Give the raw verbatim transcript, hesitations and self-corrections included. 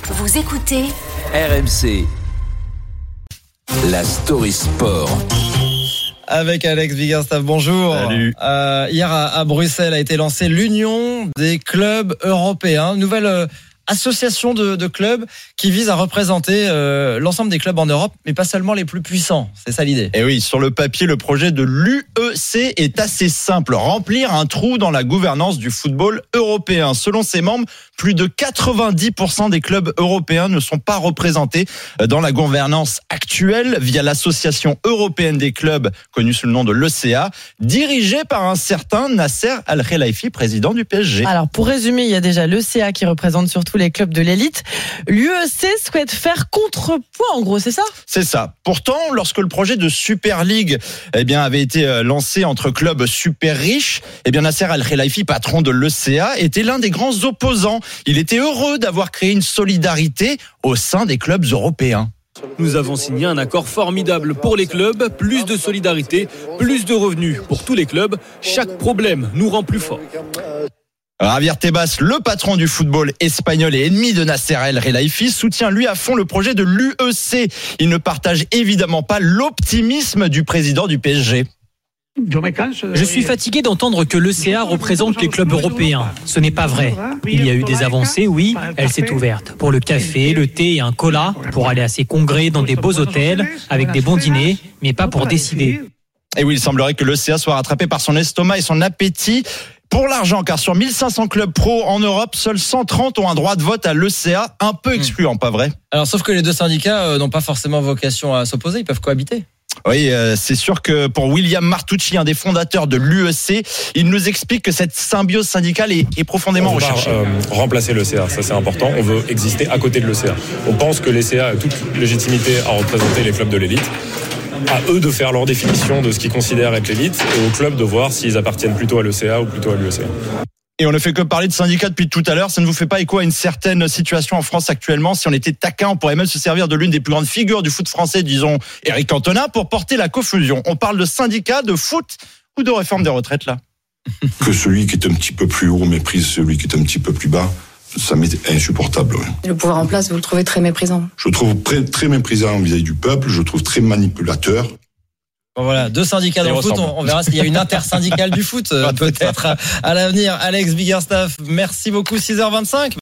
Vous écoutez R M C, la story sport. Avec Alex Biggerstaff, bonjour. Salut. Euh, hier à, à Bruxelles a été lancée l'Union des clubs européens, nouvelle euh, association de, de clubs qui vise à représenter euh, l'ensemble des clubs en Europe, mais pas seulement les plus puissants. C'est ça l'idée. Et oui, sur le papier, le projet de l'U E C est assez simple. Remplir un trou dans la gouvernance du football européen. Selon ses membres, plus de quatre-vingt-dix pour cent des clubs européens ne sont pas représentés dans la gouvernance actuelle via l'association européenne des clubs, connue sous le nom de l'E C A, dirigée par un certain Nasser Al-Khelaifi, président du P S G. Alors, pour résumer, il y a déjà l'E C A qui représente surtout les clubs de l'élite. L'U E C souhaite faire contrepoids, en gros, c'est ça ? C'est ça. Pourtant, lorsque le projet de Super League eh bien, avait été lancé entre clubs super riches, eh bien, Nasser Al-Khelaifi, patron de l'E C A, était l'un des grands opposants. Il était heureux d'avoir créé une solidarité au sein des clubs européens. Nous avons signé un accord formidable pour les clubs, plus de solidarité, plus de revenus pour tous les clubs. Chaque problème nous rend plus forts. Javier Tebas, le patron du football espagnol et ennemi de Nasser El-Khelaifi, soutient lui à fond le projet de l'U E C. Il ne partage évidemment pas l'optimisme du président du P S G. Je suis fatigué d'entendre que l'E C A représente les clubs européens. Ce n'est pas vrai. Il y a eu des avancées, oui, elle s'est ouverte. Pour le café, le thé et un cola, pour aller à ses congrès dans des beaux hôtels, avec des bons dîners, mais pas pour décider. Et oui, il semblerait que l'E C A soit rattrapé par son estomac et son appétit pour l'argent, car sur mille cinq cents clubs pro en Europe, seuls cent trente ont un droit de vote à l'E C A, un peu excluant, pas vrai ? Alors, sauf que les deux syndicats euh, n'ont pas forcément vocation à s'opposer, ils peuvent cohabiter. Oui, euh, c'est sûr que pour William Martucci, un des fondateurs de l'U E C, il nous explique que cette symbiose syndicale est, est profondément on recherchée. On euh, remplacer l'E C A, ça c'est important. On veut exister à côté de l'E C A. On pense que l'E C A a toute légitimité à représenter les clubs de l'élite. À eux de faire leur définition de ce qu'ils considèrent être l'élite et aux clubs de voir s'ils appartiennent plutôt à l'E C A ou plutôt à l'U E C A. Et on ne fait que parler de syndicats depuis tout à l'heure. Ça ne vous fait pas écho à une certaine situation en France actuellement? Si on était taquin, on pourrait même se servir de l'une des plus grandes figures du foot français, disons Eric Cantona, pour porter la confusion. On parle de syndicats, de foot ou de réforme des retraites là? Que celui qui est un petit peu plus haut méprise celui qui est un petit peu plus bas, ça m'est insupportable. Ouais. Le pouvoir en place, vous le trouvez très méprisant? Je le trouve très, très méprisant vis-à-vis du peuple, je le trouve très manipulateur. Bon, voilà, deux syndicats dans le foot, on, on verra s'il y a une intersyndicale du foot, euh, peut-être à, à l'avenir. Alex Biggerstaff, merci beaucoup, six heures vingt-cinq.